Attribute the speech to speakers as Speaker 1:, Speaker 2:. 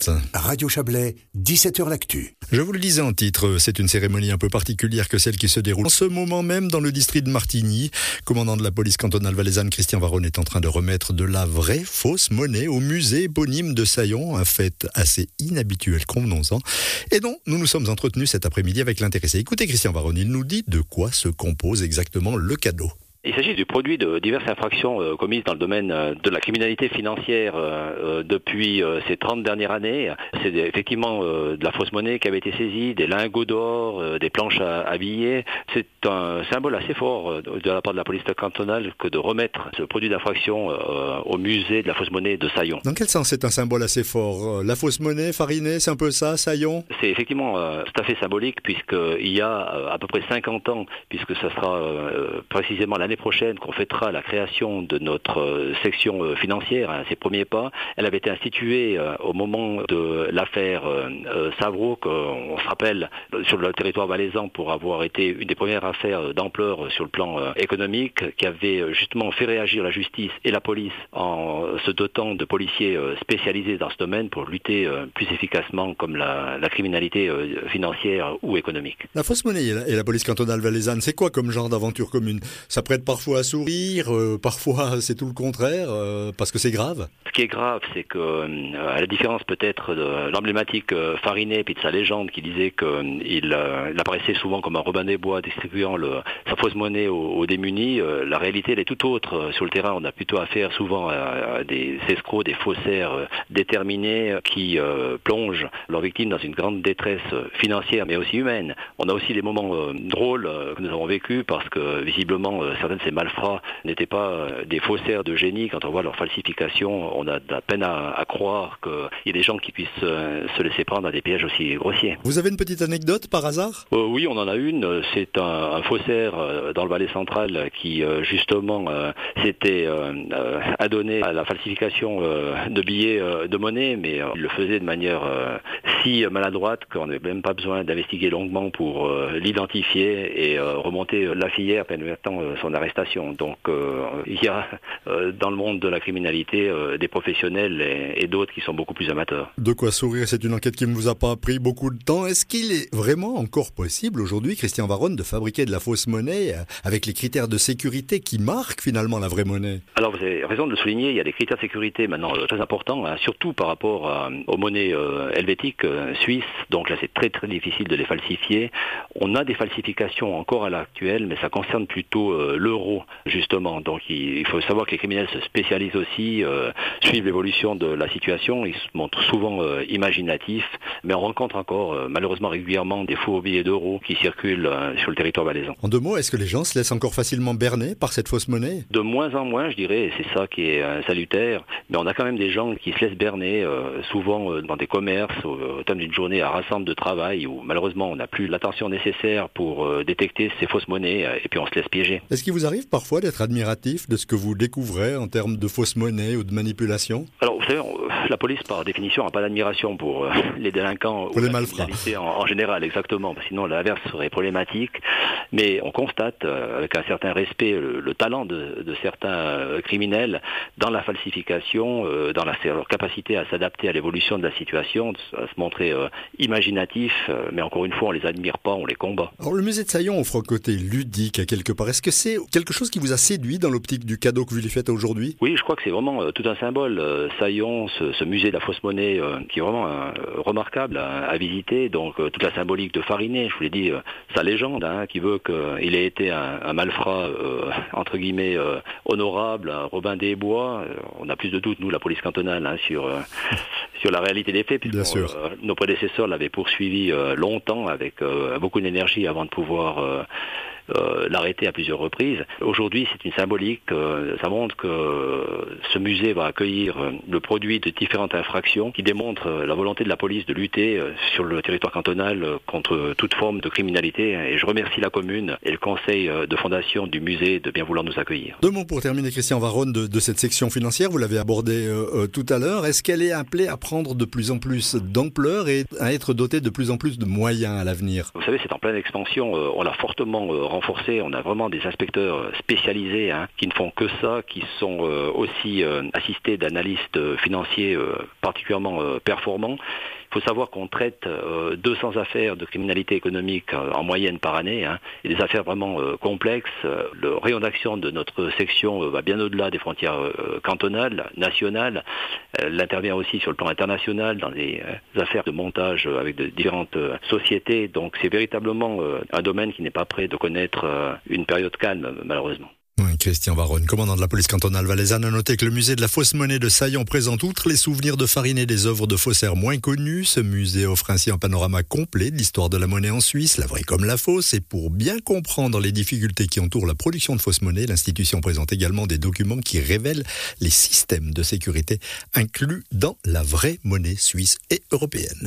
Speaker 1: Radio Chablais, 17h l'actu.
Speaker 2: Je vous le disais en titre, c'est une cérémonie un peu particulière que celle qui se déroule en ce moment même dans le district de Martigny. Commandant de la police cantonale valaisanne, Christian Varron, est en train de remettre de la vraie fausse monnaie au musée éponyme de Saillon, un fait assez inhabituel, convenons-en. Et donc, nous nous sommes entretenus cet après-midi avec l'intéressé. Écoutez Christian Varron, il nous dit de quoi se compose exactement le cadeau.
Speaker 3: Il s'agit du produit de diverses infractions commises dans le domaine de la criminalité financière depuis ces 30 dernières années. C'est effectivement de la fausse monnaie qui avait été saisie, des lingots d'or, des planches à billets. C'est un symbole assez fort de la part de la police cantonale que de remettre ce produit d'infraction au musée de la fausse monnaie de Saillon.
Speaker 2: Dans quel sens c'est un symbole assez fort ? La fausse monnaie, farinée, c'est un peu ça, Saillon ?
Speaker 3: C'est effectivement tout à fait symbolique puisqu'il y a à peu près 50 ans, puisque ça sera précisément l'année prochaine qu'on fêtera la création de notre section financière, ses premiers pas. Elle avait été instituée au moment de l'affaire Savreau, qu'on se rappelle sur le territoire valaisan pour avoir été une des premières affaires d'ampleur sur le plan économique, qui avait justement fait réagir la justice et la police en se dotant de policiers spécialisés dans ce domaine pour lutter plus efficacement comme la criminalité financière ou économique.
Speaker 2: La fausse monnaie et la police cantonale valaisanne, c'est quoi comme genre d'aventure commune ? Ça prête parfois à sourire, parfois c'est tout le contraire, parce que c'est grave.
Speaker 3: Ce qui est grave, c'est que, à la différence peut-être de l'emblématique Farinet puis de sa légende qui disait qu'il apparaissait souvent comme un Robin des Bois distribuant sa fausse monnaie aux démunis, la réalité elle est tout autre. Sur le terrain, on a plutôt affaire souvent à des escrocs, des faussaires déterminés qui plongent leurs victimes dans une grande détresse financière mais aussi humaine. On a aussi des moments drôles que nous avons vécus parce que visiblement certains de ces malfrats n'étaient pas des faussaires de génie. Quand on voit leur falsification, on a de la peine à croire qu'il y ait des gens qui puissent se laisser prendre à des pièges aussi grossiers.
Speaker 2: Vous avez une petite anecdote par hasard ?
Speaker 3: Oui, on en a une. C'est un faussaire dans le Valais central qui justement s'était adonné à la falsification de billets de monnaie, mais il le faisait de manière si maladroite qu'on n'avait même pas besoin d'investiguer longuement pour l'identifier et remonter la filière permettant son arrestation. Donc il y a dans le monde de la criminalité des professionnels et d'autres qui sont beaucoup plus amateurs.
Speaker 2: De quoi sourire, c'est une enquête qui ne vous a pas pris beaucoup de temps. Est-ce qu'il est vraiment encore possible aujourd'hui, Christian Varron, de fabriquer de la fausse monnaie avec les critères de sécurité qui marquent finalement la vraie monnaie ?
Speaker 3: Alors vous avez raison de le souligner, il y a des critères de sécurité maintenant très importants, surtout par rapport aux monnaies helvétiques suisses. Donc là c'est très très difficile de les falsifier. On a des falsifications encore à l'heure actuelle, mais ça concerne plutôt l'euro justement. Donc il faut savoir que les criminels se spécialisent aussi, suivent l'évolution de la situation, ils se montrent souvent imaginatifs, mais on rencontre encore malheureusement régulièrement des faux billets d'euros qui circulent sur le territoire valaisan.
Speaker 2: En deux mots, est-ce que les gens se laissent encore facilement berner par cette fausse monnaie ?
Speaker 3: De moins en moins, je dirais, et c'est ça qui est salutaire, mais on a quand même des gens qui se laissent berner, souvent dans des commerces, au terme d'une journée à rassemble de travail, où malheureusement on n'a plus l'attention nécessaire pour détecter ces fausses monnaies, et puis on se laisse piéger.
Speaker 2: Est-ce qu'il vous arrive parfois d'être admiratif de ce que vous découvrez en termes de fausses monnaies ou de manipulation ?
Speaker 3: Alors vous savez, la police par définition n'a pas d'admiration pour les délinquants
Speaker 2: pour
Speaker 3: ou
Speaker 2: les
Speaker 3: la
Speaker 2: malfrats
Speaker 3: en général, exactement, sinon l'inverse serait problématique. Mais on constate avec un certain respect le talent de certains criminels dans la falsification, dans leur capacité à s'adapter à l'évolution de la situation, à se montrer imaginatif, mais encore une fois on les admire pas, on les combat.
Speaker 2: Alors le musée de Saillon offre un côté ludique à quelque part. Est-ce que c'est quelque chose qui vous a séduit dans l'optique du cadeau que vous lui faites aujourd'hui ?
Speaker 3: Oui, je crois que c'est vraiment tout un symbole. Saillon, ce musée de la fausse monnaie qui est vraiment remarquable à visiter. Donc toute la symbolique de Farinet, je vous l'ai dit, sa légende qui veut qu'il ait été un malfrat entre guillemets honorable, un Robin des Bois. On a plus de doutes, nous, la police cantonale, sur la réalité des faits, puisque nos prédécesseurs l'avaient poursuivi longtemps avec beaucoup d'énergie avant de pouvoir l'arrêter à plusieurs reprises. Aujourd'hui, c'est une symbolique. Ça montre que ce musée va accueillir le produit de différentes infractions qui démontrent la volonté de la police de lutter sur le territoire cantonal contre toute forme de criminalité. Et je remercie la commune et le conseil de fondation du musée de bien vouloir nous accueillir.
Speaker 2: Deux mots pour terminer, Christian Varron, de cette section financière. Vous l'avez abordé tout à l'heure. Est-ce qu'elle est appelée à prendre de plus en plus d'ampleur et à être dotée de plus en plus de moyens à l'avenir ?
Speaker 3: Vous savez, c'est en pleine expansion. On l'a fortement renforcé renforcée. On a vraiment des inspecteurs spécialisés qui ne font que ça, qui sont aussi assistés d'analystes financiers particulièrement performants. Il faut savoir qu'on traite 200 affaires de criminalité économique en moyenne par année, et des affaires vraiment complexes. Le rayon d'action de notre section va bien au-delà des frontières cantonales, nationales. Elle intervient aussi sur le plan international dans des affaires de montage avec de différentes sociétés. Donc c'est véritablement un domaine qui n'est pas prêt de connaître une période calme, malheureusement.
Speaker 2: Oui, Christian Varronne, commandant de la police cantonale valaisanne, a noté que le musée de la fausse monnaie de Saillant présente, outre les souvenirs de farine et des œuvres de faussaires moins connues, ce musée offre ainsi un panorama complet de l'histoire de la monnaie en Suisse, la vraie comme la fausse. Et pour bien comprendre les difficultés qui entourent la production de fausses monnaies, l'institution présente également des documents qui révèlent les systèmes de sécurité inclus dans la vraie monnaie suisse et européenne.